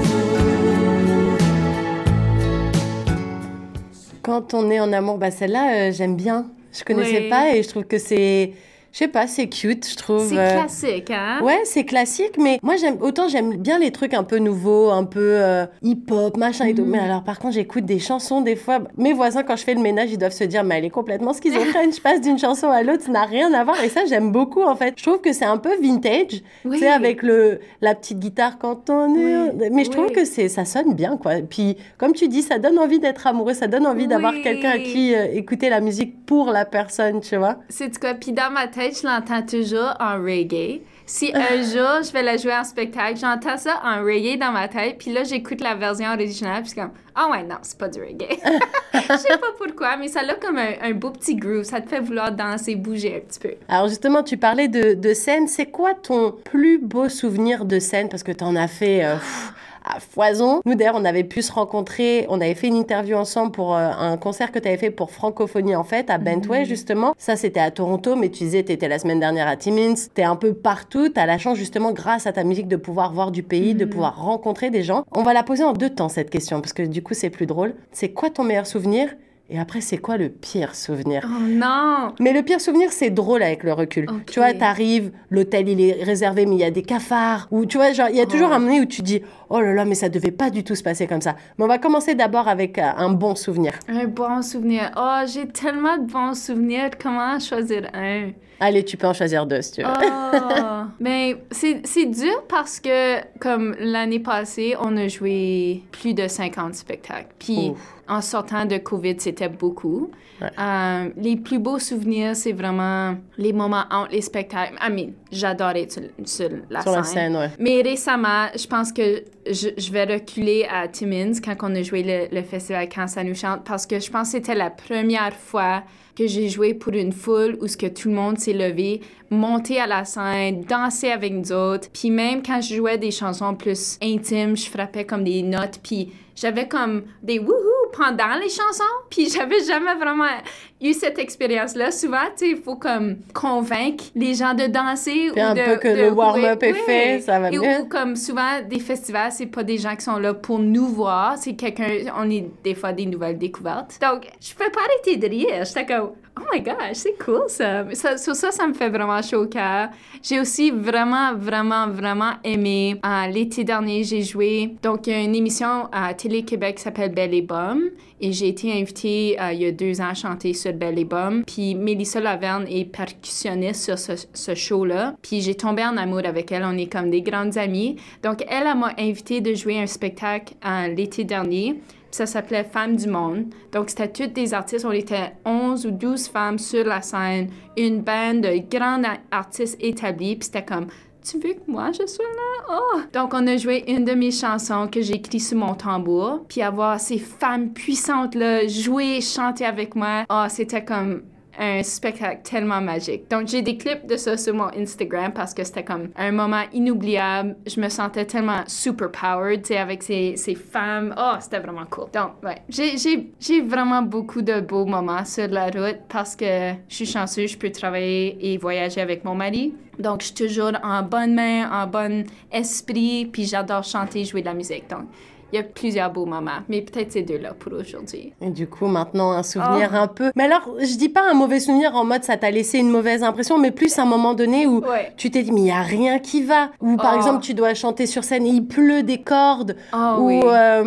Quand on est en amour, bah celle-là, j'aime bien. Je connaissais Oui. pas et je trouve que c'est... Je sais pas, c'est cute, je trouve. C'est classique, hein? Ouais, c'est classique, mais moi, j'aime bien les trucs un peu nouveaux, un peu hip-hop, machin et tout. Mais alors, par contre, j'écoute des chansons, des fois, mes voisins, quand je fais le ménage, ils doivent se dire, mais elle est complètement schizophrène, je passe d'une chanson à l'autre, ça n'a rien à voir. Et ça, j'aime beaucoup, en fait. Je trouve que c'est un peu vintage, Oui. tu sais, avec la petite guitare quand on est... Oui. Mais je trouve Oui. que ça sonne bien, quoi. Puis, comme tu dis, ça donne envie d'être amoureux, ça donne envie d'avoir Oui. quelqu'un à qui écouter la musique pour la personne, tu vois. C'est quoi? Puis dans ma tête, je l'entends toujours en reggae. Si un jour, je vais la jouer en spectacle, j'entends ça en reggae dans ma tête, puis là, j'écoute la version originale, puis c'est comme, ah ouais, non, c'est pas du reggae. Je sais pas pourquoi, mais ça a comme un beau petit groove. Ça te fait vouloir danser, bouger un petit peu. Alors justement, tu parlais de scène. C'est quoi ton plus beau souvenir de scène? Parce que tu en as fait à foison. Nous, d'ailleurs, on avait pu se rencontrer. On avait fait une interview ensemble pour un concert que tu avais fait pour Francophonie, en fait, à Bentway, justement. Ça, c'était à Toronto, mais tu disais tu étais la semaine dernière à Timmins. Tu es un peu partout. Tu as la chance, justement, grâce à ta musique, de pouvoir voir du pays, de pouvoir rencontrer des gens. On va la poser en 2 temps, cette question, parce que du coup, c'est plus drôle. C'est quoi ton meilleur souvenir? Et après, c'est quoi le pire souvenir? Oh non! Mais le pire souvenir, c'est drôle avec le recul. Ok. Tu vois, t'arrives, l'hôtel, il est réservé, mais il y a des cafards. Ou tu vois, genre, il y a toujours un moment où tu dis, oh là là, mais ça devait pas du tout se passer comme ça. Mais on va commencer d'abord avec un bon souvenir. Un bon souvenir. Oh, j'ai tellement de bons souvenirs. Comment choisir un? Allez, tu peux en choisir 2 si tu veux. Oh, mais c'est dur parce que, comme l'année passée, on a joué plus de 50 spectacles. Puis, Ouf. en sortant de COVID, c'était beaucoup. Ouais. Les plus beaux souvenirs, c'est vraiment les moments entre les spectacles. J'adore être sur la Sur scène. la scène, ouais. Mais récemment, je pense que je vais reculer à Timmins quand on a joué le festival Quand ça nous chante parce que je pense que c'était la première fois que j'ai joué pour une foule où ce que tout le monde s'est levé, monté à la scène, dansé avec nous autres. Puis même quand je jouais des chansons plus intimes, je frappais comme des notes. Puis j'avais comme des wouhou pendant les chansons. Puis j'avais jamais vraiment eu cette expérience-là. Souvent, tu sais, il faut comme convaincre les gens de danser. Puis ou un de, peu que de le warm-up oui. est fait, ça va Et mieux. ou comme souvent, des festivals, c'est pas des gens qui sont là pour nous voir. C'est quelqu'un, on est des fois des nouvelles découvertes. Donc, je peux pas arrêter de rire. J'étais comme, oh my gosh, c'est cool ça. Mais ça me fait vraiment chaud au cœur. J'ai aussi vraiment aimé. L'été dernier, j'ai joué. Donc, il y a une émission à Télé-Québec qui s'appelle Belle et Bomme. Et j'ai été invitée il y a 2 ans à chanter sur Belle et Bomme. Puis Mélissa Laverne est percussionniste sur ce show-là. Puis j'ai tombé en amour avec elle. On est comme des grandes amies. Donc, elle m'a invitée de jouer un spectacle l'été dernier. Puis ça s'appelait Femmes du monde. Donc, c'était toutes des artistes. On était 11 ou 12 femmes sur la scène. Une bande de grands artistes établis. Puis c'était comme... Tu veux que moi, je sois là? Oh! Donc, on a joué une de mes chansons que j'ai écrite sur mon tambour. Puis avoir ces femmes puissantes-là jouer, chanter avec moi. Oh, c'était comme un spectacle tellement magique. Donc, j'ai des clips de ça sur mon Instagram parce que c'était comme un moment inoubliable. Je me sentais tellement super powered, tu sais, avec ces femmes. Oh, c'était vraiment cool. Donc, ouais, j'ai vraiment beaucoup de beaux moments sur la route parce que je suis chanceuse, je peux travailler et voyager avec mon mari. Donc, je suis toujours en bonne main, en bon esprit, puis j'adore chanter et jouer de la musique. Donc, il y a plusieurs beaux moments, mais peut-être ces 2-là pour aujourd'hui. Et du coup, maintenant, un souvenir un peu... Mais alors, je dis pas un mauvais souvenir en mode ça t'a laissé une mauvaise impression, mais plus un moment donné où Ouais. tu t'es dit, mais il y a rien qui va. Ou par exemple, tu dois chanter sur scène et il pleut des cordes. Oui.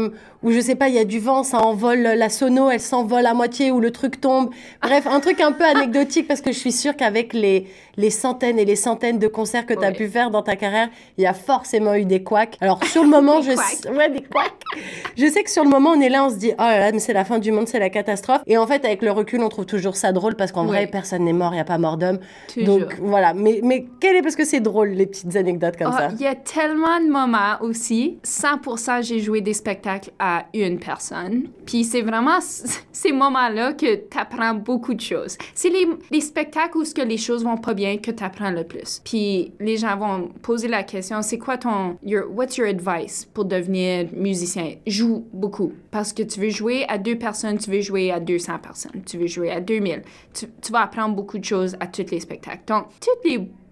Ou je sais pas, il y a du vent, ça envole la sono, elle s'envole à moitié, ou le truc tombe. Bref, un truc un peu anecdotique, parce que je suis sûre qu'avec les centaines et les centaines de concerts que tu as pu faire dans ta carrière, il y a forcément eu des couacs. Alors, sur le moment, Des couacs. Ouais, des couacs. Je sais que sur le moment, on est là, on se dit, oh là là, mais c'est la fin du monde, c'est la catastrophe. Et en fait, avec le recul, on trouve toujours ça drôle, parce qu'en vrai, personne n'est mort, il n'y a pas mort d'homme. Toujours. Donc, voilà. Mais parce que c'est drôle, les petites anecdotes comme ça. Il y a tellement de moments aussi. 100%, j'ai joué des spectacles à une personne. Puis c'est vraiment ces moments-là que tu apprends beaucoup de choses. C'est les spectacles où les choses vont pas bien que tu apprends le plus. Puis les gens vont poser la question, c'est quoi what's your advice pour devenir musicien? Joue beaucoup. Parce que tu veux jouer à 2 personnes, tu veux jouer à 200 personnes, tu veux jouer à 2000. Tu vas apprendre beaucoup de choses à tous les spectacles. Donc, tous les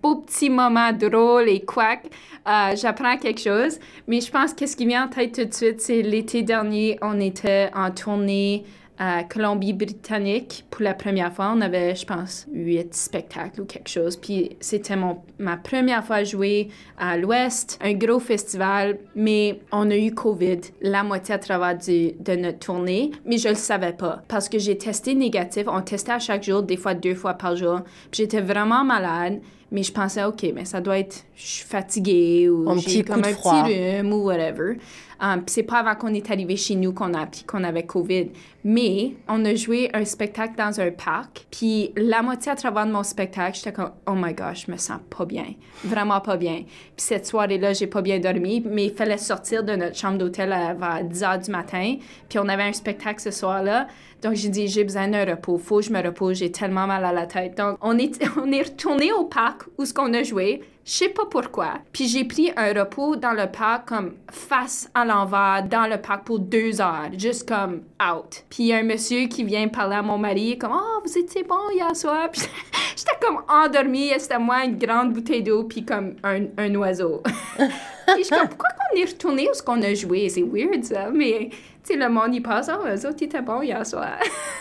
beaux petits moments drôles et quack, j'apprends quelque chose. Mais je pense que ce qui vient en tête tout de suite, c'est l'été dernier, on était en tournée à Colombie-Britannique pour la première fois. On avait, je pense, 8 spectacles ou quelque chose. Puis c'était ma première fois à jouer à l'Ouest, un gros festival, mais on a eu COVID la moitié à travers de notre tournée, mais je le savais pas parce que j'ai testé négatif. On testait à chaque jour, des fois 2 fois par jour. Puis j'étais vraiment malade. Mais je pensais, OK, mais ça doit être, je suis fatiguée ou j'ai comme un petit rhume ou whatever. Puis c'est pas avant qu'on est arrivé chez nous qu'on a appris qu'on avait COVID. Mais on a joué un spectacle dans un parc. Puis la moitié à travers de mon spectacle, j'étais comme, oh my gosh, je me sens pas bien. Vraiment pas bien. Puis cette soirée-là, j'ai pas bien dormi. Mais il fallait sortir de notre chambre d'hôtel vers 10 h du matin. Puis on avait un spectacle ce soir-là. Donc, j'ai dit, j'ai besoin d'un repos. Faut que je me repose. J'ai tellement mal à la tête. Donc, on est retourné au parc où ce qu'on a joué. Je sais pas pourquoi. Puis, j'ai pris un repos dans le parc, comme face à l'envers, dans le parc pour 2 heures. Juste comme out. Puis, il y a un monsieur qui vient parler à mon mari, comme, oh, vous étiez bon hier soir. Puis, j'étais comme endormie. C'était moi une grande bouteille d'eau, puis comme un oiseau. Puis, je suis comme, pourquoi qu'on est retourné où ce qu'on a joué? C'est weird, ça. Mais, tu sais, le monde, il passe, oh, eux autres, ils étaient bons hier soir.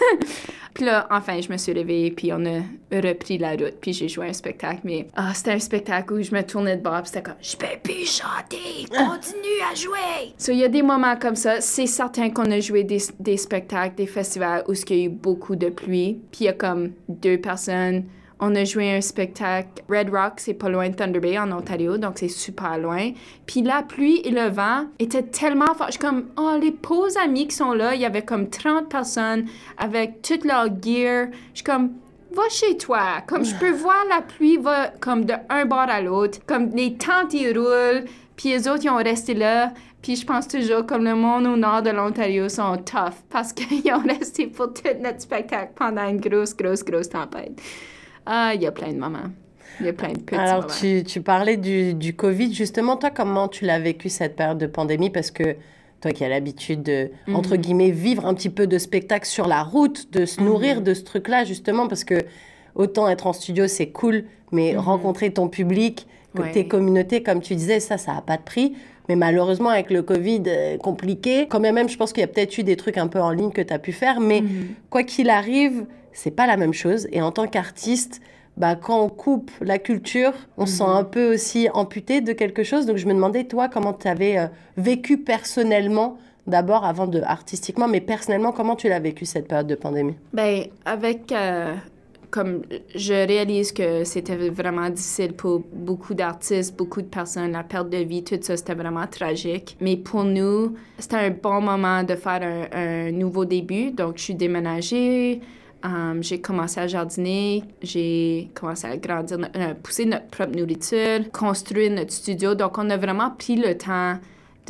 Puis là, enfin, je me suis réveillée, puis on a repris la route, puis j'ai joué un spectacle. Mais c'était un spectacle où je me tournais de bord, puis c'était comme, je peux plus chanter, continue à jouer. So, il y a des moments comme ça. C'est certain qu'on a joué des spectacles, des festivals où il y a eu beaucoup de pluie, puis il y a comme 2 personnes. On a joué un spectacle. Red Rock, c'est pas loin de Thunder Bay, en Ontario, donc c'est super loin. Puis la pluie et le vent étaient tellement forts. Je suis comme, oh, les pauvres amis qui sont là, il y avait comme 30 personnes avec toute leur gear. Je suis comme, va chez toi. Comme, je peux voir la pluie va comme de un bord à l'autre. Comme les tentes, ils roulent. Puis les autres, ils ont resté là. Puis je pense toujours, comme le monde au nord de l'Ontario sont tough parce qu'ils ont resté pour tout notre spectacle pendant une grosse tempête. Ah, il y a plein de moments. Il y a plein de petits moments. Alors, tu parlais du COVID. Justement, toi, comment tu l'as vécu, cette période de pandémie? Parce que toi qui as l'habitude de, entre guillemets, vivre un petit peu de spectacle sur la route, de se nourrir de ce truc-là, justement, parce que autant être en studio, c'est cool, mais rencontrer ton public, tes communautés, comme tu disais, ça n'a pas de prix. Mais malheureusement, avec le Covid, compliqué. Quand même, je pense qu'il y a peut-être eu des trucs un peu en ligne que tu as pu faire, mais quoi qu'il arrive, c'est pas la même chose. Et en tant qu'artiste, quand on coupe la culture, on se sent un peu aussi amputé de quelque chose. Donc, je me demandais, toi, comment tu avais vécu personnellement, d'abord, avant de artistiquement, mais personnellement, comment tu l'as vécu, cette période de pandémie? Avec... comme je réalise que c'était vraiment difficile pour beaucoup d'artistes, beaucoup de personnes, la perte de vie, tout ça, c'était vraiment tragique. Mais pour nous, c'était un bon moment de faire un nouveau début. Donc, je suis déménagée. J'ai commencé à jardiner, j'ai commencé à grandir, pousser notre propre nourriture, construire notre studio. Donc, on a vraiment pris le temps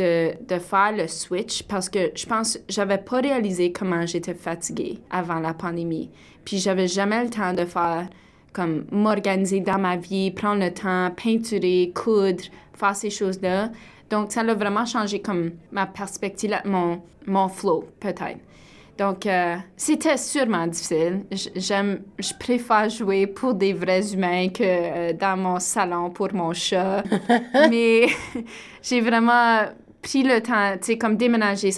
de faire le switch parce que je pense que j'avais pas réalisé comment j'étais fatiguée avant la pandémie. Puis, j'avais jamais le temps de faire comme m'organiser dans ma vie, prendre le temps, peinturer, coudre, faire ces choses-là. Donc, ça a vraiment changé comme ma perspective, mon flow, peut-être. Donc, c'était sûrement difficile. Je préfère jouer pour des vrais humains que dans mon salon pour mon chat. Mais j'ai vraiment pris le temps, tu sais, comme déménager.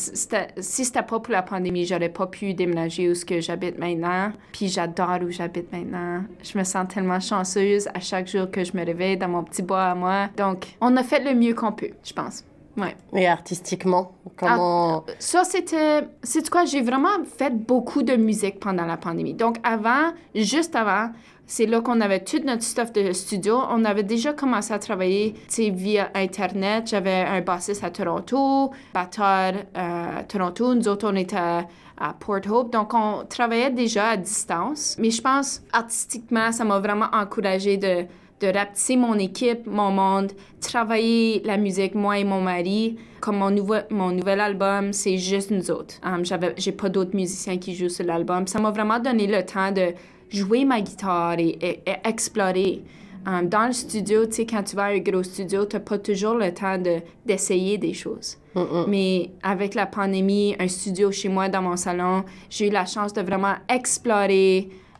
Si c'était pas pour la pandémie, j'aurais pas pu déménager où ce que j'habite maintenant. Puis j'adore où j'habite maintenant. Je me sens tellement chanceuse à chaque jour que je me réveille dans mon petit bois à moi. Donc, on a fait le mieux qu'on peut, je pense. Ouais. Et artistiquement, comment... Ça, c'est quoi? J'ai vraiment fait beaucoup de musique pendant la pandémie. Donc, juste avant, c'est là qu'on avait tout notre stuff de studio. On avait déjà commencé à travailler, tu sais, via Internet. J'avais un bassiste à Toronto, batteur à Toronto. Nous autres, on était à Port Hope. Donc, on travaillait déjà à distance. Mais je pense, artistiquement, ça m'a vraiment encouragée de rapetisser mon équipe, mon monde, travailler la musique, moi et mon mari. Comme mon nouvel album, c'est juste nous autres. J'ai pas d'autres musiciens qui jouent sur l'album. Ça m'a vraiment donné le temps de jouer ma guitare et explorer. Dans le studio, tu sais, quand tu vas à un gros studio, t'as pas toujours le temps d'essayer des choses. Mais avec la pandémie, un studio chez moi dans mon salon, j'ai eu la chance de vraiment explorer,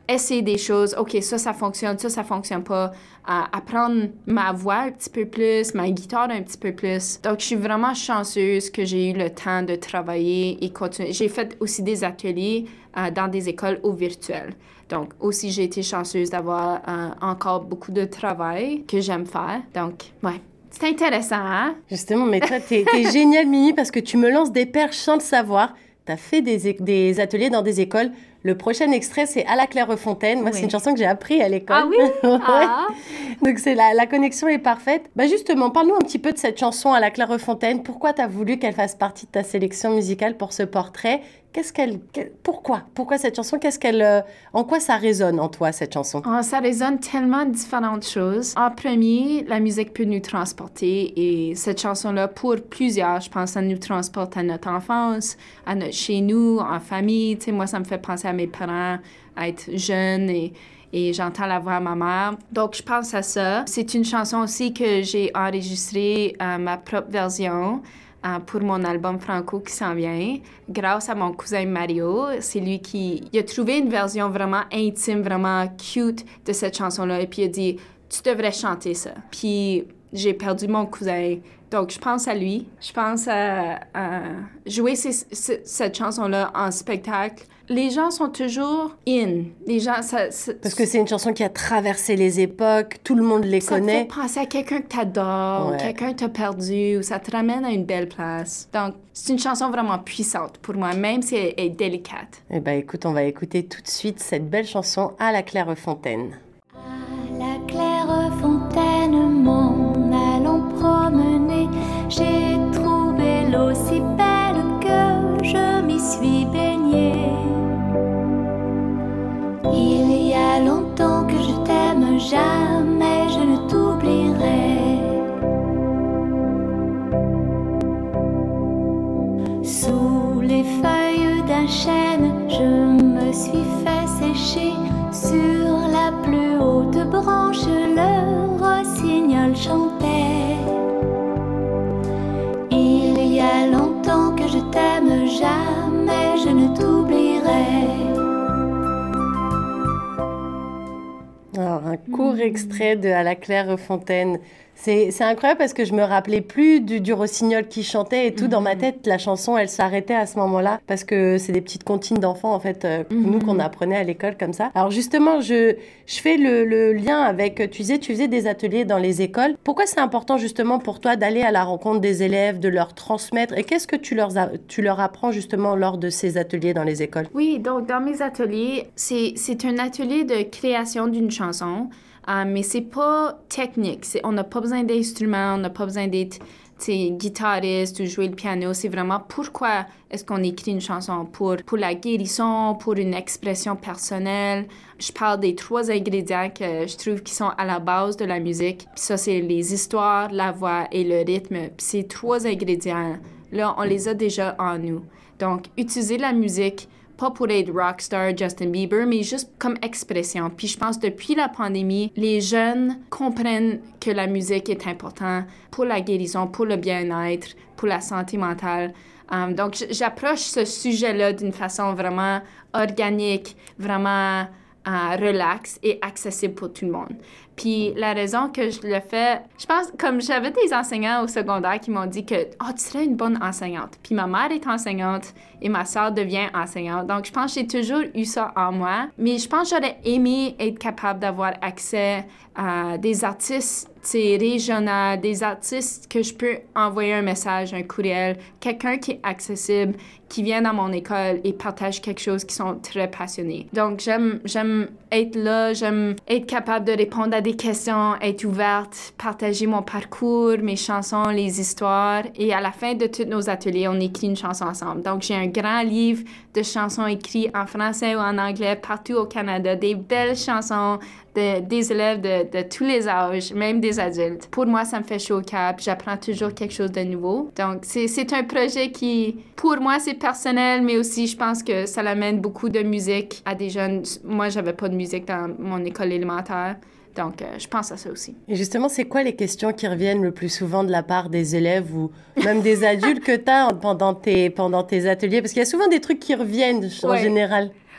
essayer des choses. OK, ça fonctionne, ça fonctionne pas. Apprendre ma voix un petit peu plus, ma guitare un petit peu plus. Donc, je suis vraiment chanceuse que j'ai eu le temps de travailler et continuer. J'ai fait aussi des ateliers dans des écoles au virtuel. Donc, aussi, j'ai été chanceuse d'avoir encore beaucoup de travail que j'aime faire. Donc, ouais. C'est intéressant, hein? Justement, mais toi, t'es géniale, Mimi, parce que tu me lances des perches sans le savoir. T'as fait des ateliers dans des écoles. Le prochain extrait, c'est À la Clairefontaine. Moi, Oui. c'est une chanson que j'ai appris à l'école. Ah oui? Ouais. Ah. Donc, la connexion est parfaite. Bah, justement, parle-nous un petit peu de cette chanson À la Clairefontaine. Pourquoi t'as voulu qu'elle fasse partie de ta sélection musicale pour ce portrait? Pourquoi cette chanson? En quoi ça résonne en toi, cette chanson? Oh, ça résonne tellement différentes choses. En premier, la musique peut nous transporter et cette chanson-là, pour plusieurs, je pense, ça nous transporte à notre enfance, chez nous, en famille. Tu sais, moi, ça me fait penser à mes parents, à être jeune et j'entends la voix de ma mère. Donc, je pense à ça. C'est une chanson aussi que j'ai enregistrée ma propre version pour mon album Franco qui s'en vient, grâce à mon cousin Mario. C'est lui il a trouvé une version vraiment intime, vraiment cute de cette chanson-là. Et puis il a dit, tu devrais chanter ça. Puis j'ai perdu mon cousin. Donc je pense à lui. Je pense à jouer cette chanson-là en spectacle. Les gens sont toujours in. Les gens, Parce que c'est une chanson qui a traversé les époques, tout le monde les connaît. Ça te fait penser à quelqu'un que t'adores, Ouais. ou quelqu'un que t'as perdu, ou ça te ramène à une belle place. Donc, c'est une chanson vraiment puissante pour moi, même si elle est délicate. Eh ben, écoute, on va écouter tout de suite cette belle chanson À la Clairefontaine. À la Clairefontaine, m'en allant promener, j'ai trouvé l'eau si belle que je m'y suis baignée. Il y a longtemps que je t'aime, jamais je ne t'oublierai. Sous les feuilles d'un chêne, je me suis fait sécher. Sur la plus haute branche, le rossignol chantait. Il y a longtemps que je t'aime, jamais je ne t'oublierai. Alors, un court extrait de À la Clairefontaine. C'est incroyable parce que je me rappelais plus du rossignol qui chantait et tout. Dans ma tête, la chanson, elle s'arrêtait à ce moment-là parce que c'est des petites comptines d'enfants, en fait, nous, qu'on apprenait à l'école comme ça. Alors justement, je fais le lien avec, tu faisais des ateliers dans les écoles. Pourquoi c'est important justement pour toi d'aller à la rencontre des élèves, de leur transmettre? Et qu'est-ce que tu leur apprends justement lors de ces ateliers dans les écoles? Oui, donc dans mes ateliers, c'est un atelier de création d'une chanson, mais c'est pas technique. On n'a pas besoin d'instruments, on n'a pas besoin d'être guitariste ou jouer le piano. C'est vraiment pourquoi est-ce qu'on écrit une chanson? Pour la guérison, pour une expression personnelle. Je parle des 3 ingrédients que je trouve qui sont à la base de la musique. Puis ça, c'est les histoires, la voix et le rythme. Puis ces 3 ingrédients-là, on les a déjà en nous. Donc, utiliser la musique pas pour être rockstar Justin Bieber, mais juste comme expression. Puis je pense depuis la pandémie, les jeunes comprennent que la musique est importante pour la guérison, pour le bien-être, pour la santé mentale. Donc j'approche ce sujet-là d'une façon vraiment organique, vraiment relax et accessible pour tout le monde. Puis la raison que je le fais, je pense, comme j'avais des enseignants au secondaire qui m'ont dit que « Oh, tu serais une bonne enseignante. » Puis ma mère est enseignante et ma sœur devient enseignante. Donc je pense que j'ai toujours eu ça en moi. Mais je pense que j'aurais aimé être capable d'avoir accès à des artistes régionaux, des artistes que je peux envoyer un message, un courriel, quelqu'un qui est accessible, qui vient dans mon école et partage quelque chose qui sont très passionnés. Donc j'aime être là, j'aime être capable de répondre à des questions, être ouverte, partager mon parcours, mes chansons, les histoires. Et à la fin de tous nos ateliers, on écrit une chanson ensemble. Donc, j'ai un grand livre de chansons écrites en français ou en anglais partout au Canada, des belles chansons des élèves de tous les âges, même des adultes. Pour moi, ça me fait chaud au cœur, puis j'apprends toujours quelque chose de nouveau. Donc, c'est un projet qui, pour moi, c'est personnel, mais aussi, je pense que ça amène beaucoup de musique à des jeunes. Moi, j'avais pas de musique dans mon école élémentaire. Donc, je pense à ça aussi. Et justement, c'est quoi les questions qui reviennent le plus souvent de la part des élèves ou même des adultes que tu as pendant tes ateliers? Parce qu'il y a souvent des trucs qui reviennent en général.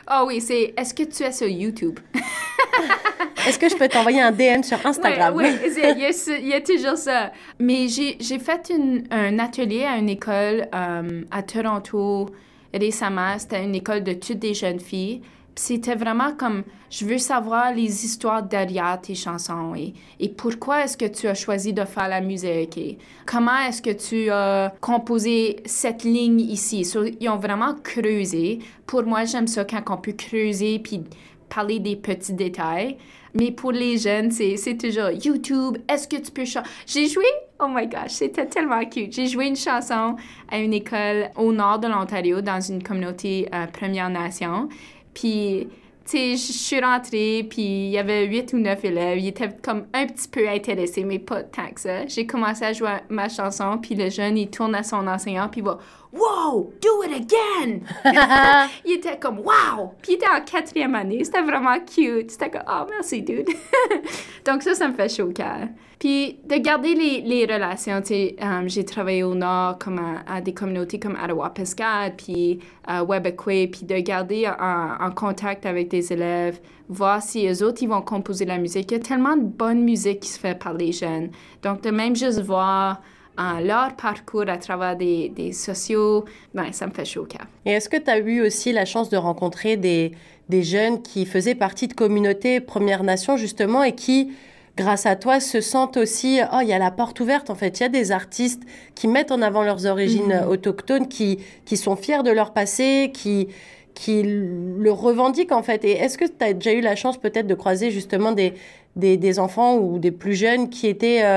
Oh oui, c'est « Est-ce que tu es sur YouTube? » Est-ce que je peux t'envoyer un DM sur Instagram? Oui, il y a toujours ça. Mais j'ai fait un atelier à une école à Toronto récemment. C'était une école de toutes des jeunes filles. Puis c'était vraiment comme, je veux savoir les histoires derrière tes chansons et pourquoi est-ce que tu as choisi de faire la musique et comment est-ce que tu as composé cette ligne ici. So, ils ont vraiment creusé. Pour moi, j'aime ça quand on peut creuser puis parler des petits détails. Mais pour les jeunes, c'est toujours YouTube. Est-ce que tu peux chanter? J'ai joué, oh my gosh, c'était tellement cute. J'ai joué une chanson à une école au nord de l'Ontario, dans une communauté Première Nation. Puis, tu sais, je suis rentrée, puis il y avait 8 ou 9 élèves. Ils étaient comme un petit peu intéressés, mais pas tant que ça. J'ai commencé à jouer ma chanson, puis le jeune, il tourne à son enseignant, puis il va « Wow! Do it again! » Il était comme « Wow! » Puis il était en 4e année. C'était vraiment cute. C'était comme « Oh, merci, dude! » Donc ça me fait chaud au cœur. Puis de garder les relations, tu sais, j'ai travaillé au Nord comme à des communautés comme Ottawa-Pescade, puis Webekwe, puis de garder en contact avec des élèves, voir si eux autres, ils vont composer la musique. Il y a tellement de bonne musique qui se fait par les jeunes. Donc de même juste voir leur parcours à travers des sociaux, ben, ça me fait chaud au cœur. Et est-ce que tu as eu aussi la chance de rencontrer des jeunes qui faisaient partie de communautés Premières Nations, justement, et qui, grâce à toi, se sentent aussi, oh, il y a la porte ouverte, en fait. Il y a des artistes qui mettent en avant leurs origines autochtones, qui sont fiers de leur passé, qui le revendiquent, en fait. Et est-ce que tu as déjà eu la chance, peut-être, de croiser, justement, des enfants ou des plus jeunes qui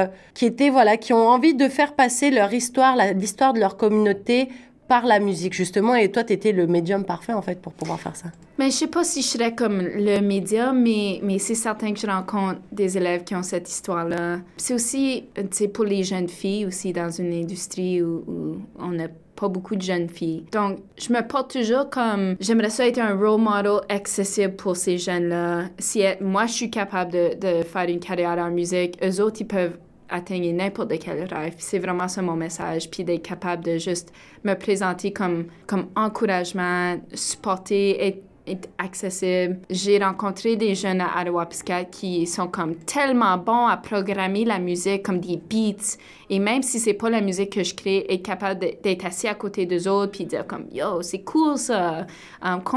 ont envie de faire passer leur histoire, l'histoire de leur communauté par la musique, justement, et toi, tu étais le médium parfait, en fait, pour pouvoir faire ça. Mais je sais pas si je serais comme le médium, mais c'est certain que je rencontre des élèves qui ont cette histoire-là. C'est aussi, tu sais, pour les jeunes filles aussi, dans une industrie où on n'a pas beaucoup de jeunes filles. Donc, je me porte toujours comme, j'aimerais ça être un role model accessible pour ces jeunes-là. Si moi, je suis capable de faire une carrière en musique, eux autres, ils peuvent atteindre n'importe quel rêve. C'est vraiment ça mon message. Puis d'être capable de juste me présenter comme encouragement, supporter, être accessible. J'ai rencontré des jeunes à Ottawa-Pescade qui sont comme tellement bons à programmer la musique comme des beats. Et même si c'est pas la musique que je crée, être capable d'être assis à côté d'eux autres puis dire comme « Yo, c'est cool ça! Continue! »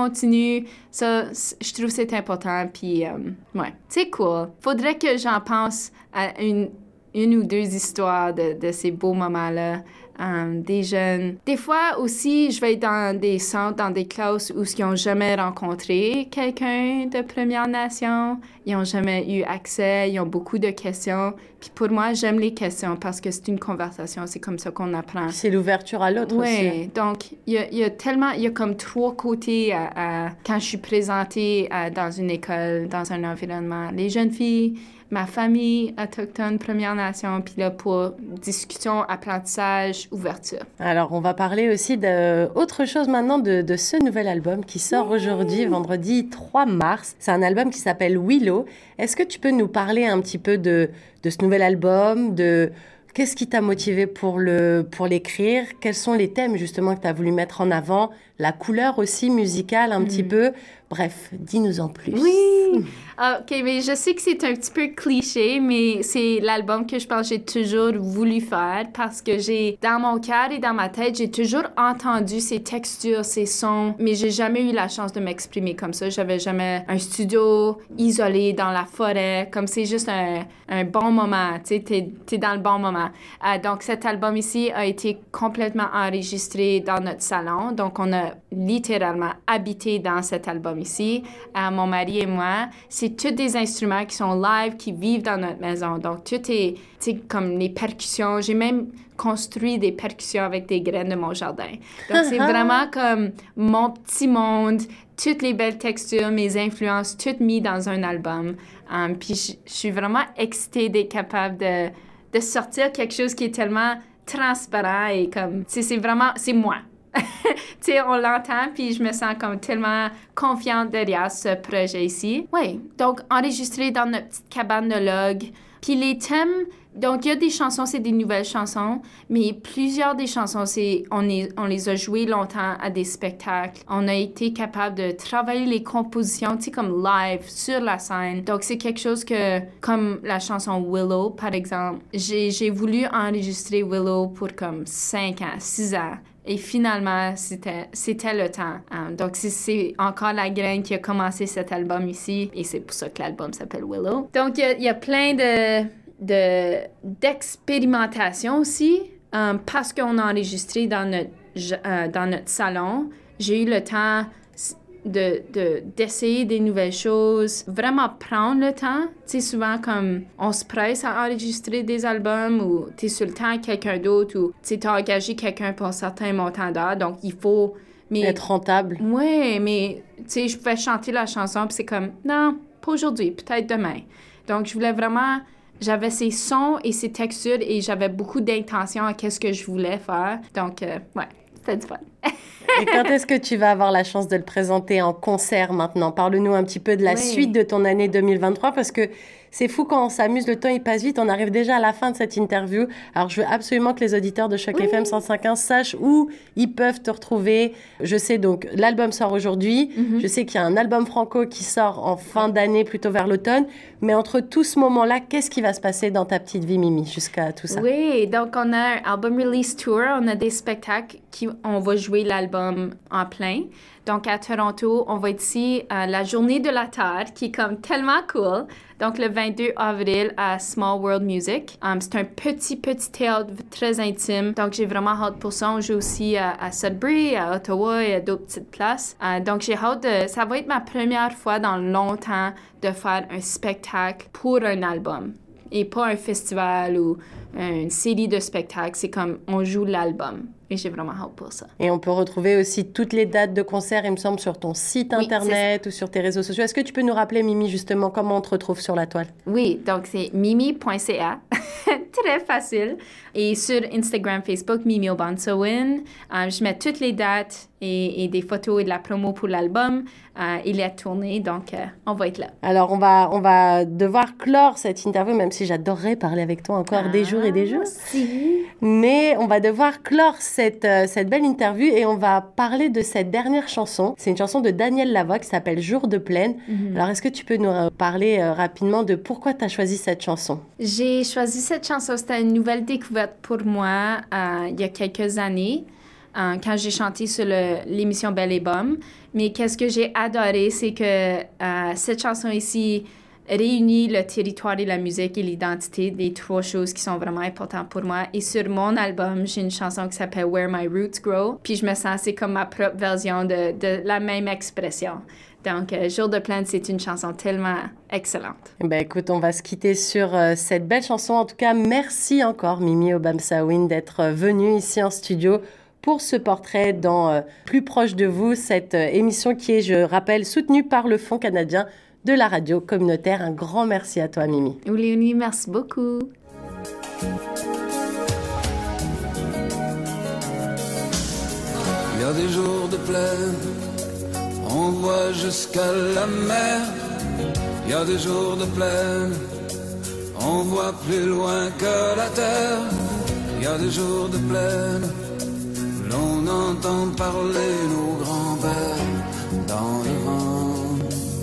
Ça, je trouve que c'est important. Puis, ouais, c'est cool. Faudrait que j'en pense à une ou deux histoires de ces beaux moments-là. Des jeunes. Des fois aussi, je vais dans des centres, dans des classes où ils n'ont jamais rencontré quelqu'un de Première Nation. Ils n'ont jamais eu accès. Ils ont beaucoup de questions. Puis pour moi, j'aime les questions parce que c'est une conversation. C'est comme ça qu'on apprend. C'est l'ouverture à l'autre aussi. Oui. Donc, il y a comme 3 côtés quand je suis présentée dans une école, dans un environnement. Les jeunes filles, ma famille autochtone, Première Nation, puis là, pour discussion, apprentissage, ouverture. Alors, on va parler aussi d'autre chose maintenant, de ce nouvel album qui sort aujourd'hui, vendredi 3 mars. C'est un album qui s'appelle Willow. Est-ce que tu peux nous parler un petit peu de ce nouvel album, qu'est-ce qui t'a motivé pour l'écrire? Quels sont les thèmes, justement, que tu as voulu mettre en avant? La couleur aussi musicale, un petit peu. Bref, dis-nous en plus. Oui! OK, mais je sais que c'est un petit peu cliché, mais c'est l'album que je pense que j'ai toujours voulu faire parce que dans mon cœur et dans ma tête, j'ai toujours entendu ces textures, ces sons, mais j'ai jamais eu la chance de m'exprimer comme ça. J'avais jamais un studio isolé dans la forêt, comme c'est juste un bon moment, tu sais, t'es dans le bon moment. Donc, cet album ici a été complètement enregistré dans notre salon. Donc, on a littéralement habité dans cet album ici, mon mari et moi. C'est tous des instruments qui sont live, qui vivent dans notre maison. Donc, tout est, tu sais, comme les percussions. J'ai même construit des percussions avec des graines de mon jardin. Donc, c'est vraiment comme mon petit monde, toutes les belles textures, mes influences, toutes mises dans un album. Puis, je suis vraiment excitée d'être capable de sortir quelque chose qui est tellement transparent et comme, c'est vraiment, c'est moi. Tu sais, on l'entend, puis je me sens comme tellement confiante derrière ce projet ici. Oui, donc enregistré dans notre petite cabane de log. Puis les thèmes Donc, il y a des chansons, c'est des nouvelles chansons, mais plusieurs des chansons, on les a jouées longtemps à des spectacles. On a été capable de travailler les compositions, tu sais, comme live, sur la scène. Donc, c'est quelque chose que, comme la chanson Willow, par exemple, j'ai voulu enregistrer Willow pour comme 5 ans, 6 ans. Et finalement, c'était le temps. Donc, c'est encore la graine qui a commencé cet album ici. Et c'est pour ça que l'album s'appelle Willow. Donc, il y a plein d'expérimentation aussi. Parce qu'on a enregistré dans notre salon, j'ai eu le temps d'essayer des nouvelles choses, vraiment prendre le temps. Tu sais, souvent, comme on se presse à enregistrer des albums ou tu es sur le temps avec quelqu'un d'autre ou tu as engagé quelqu'un pour un certain montant d'heures, donc il faut... être rentable. Oui, mais tu sais, je pouvais chanter la chanson puis c'est comme, non, pas aujourd'hui, peut-être demain. Donc, je voulais vraiment... J'avais ces sons et ces textures et j'avais beaucoup d'intention à qu'est-ce que je voulais faire. Donc, ouais, c'était du fun. Et quand est-ce que tu vas avoir la chance de le présenter en concert maintenant? Parle-nous un petit peu de la suite de ton année 2023 parce que c'est fou quand on s'amuse, le temps il passe vite. On arrive déjà à la fin de cette interview. Alors, je veux absolument que les auditeurs de Choc FM 105.1 sachent où ils peuvent te retrouver. Je sais donc, l'album sort aujourd'hui. Mm-hmm. Je sais qu'il y a un album franco qui sort en fin d'année, plutôt vers l'automne. Mais entre tout ce moment-là, qu'est-ce qui va se passer dans ta petite vie, Mimi, jusqu'à tout ça? Oui, donc on a un album release tour. On a des spectacles on va jouer l'album en plein. Donc, à Toronto, on va être ici la journée de la Terre, qui est comme tellement cool. Donc, le 22 avril à Small World Music. C'est un petit théâtre très intime. Donc, j'ai vraiment hâte pour ça. On joue aussi à Sudbury, à Ottawa et à d'autres petites places. Donc, j'ai hâte ça va être ma première fois dans longtemps de faire un spectacle pour un album. Et pas un festival ou une série de spectacles. C'est comme on joue l'album. Et j'ai vraiment hâte pour ça. Et on peut retrouver aussi toutes les dates de concert, il me semble, sur ton site internet ou sur tes réseaux sociaux. Est-ce que tu peux nous rappeler, Mimi, justement, comment on te retrouve sur la toile? Oui, donc c'est mimi.ca. Très facile. Et sur Instagram, Facebook, Mimi Obansawin. Je mets toutes les dates et des photos et de la promo pour l'album. Il est tourné, donc on va être là. Alors, on va devoir clore cette interview, même si j'adorerais parler avec toi encore des jours et des jours. Si. Mais on va devoir clore cette belle interview et on va parler de cette dernière chanson. C'est une chanson de Daniel Lavoie qui s'appelle « Jour de plaine ». Mm-hmm. Alors, est-ce que tu peux nous parler rapidement de pourquoi tu as choisi cette chanson? J'ai choisi cette chanson, c'était une nouvelle découverte pour moi il y a quelques années. Quand j'ai chanté sur l'émission Belle et Bomme. Mais qu'est-ce que j'ai adoré, c'est que cette chanson ici réunit le territoire et la musique et l'identité, des 3 choses qui sont vraiment importantes pour moi. Et sur mon album, j'ai une chanson qui s'appelle Where My Roots Grow. Puis je me sens, c'est comme ma propre version de la même expression. Donc, Jour de plaine, c'est une chanson tellement excellente. Ben, écoute, on va se quitter sur cette belle chanson. En tout cas, merci encore, Mimi Obansawin, d'être venue ici en studio pour ce portrait dans Plus proche de vous, cette émission qui est, je rappelle, soutenue par le Fonds canadien de la radio communautaire. Un grand merci à toi, Mimi. Léonie, merci beaucoup. Il y a des jours de plaine, on voit jusqu'à la mer. Il y a des jours de plaine, on voit plus loin que la terre. Il y a des jours de plaine, l'on entend parler nos grands-pères dans le vent.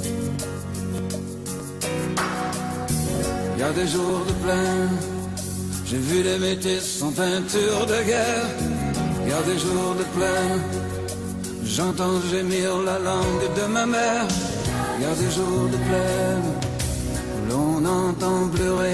Il y a des jours de plaine, j'ai vu les métis en peinture de guerre. Il y a des jours de plaine, j'entends gémir la langue de ma mère. Il y a des jours de plaine, l'on entend pleurer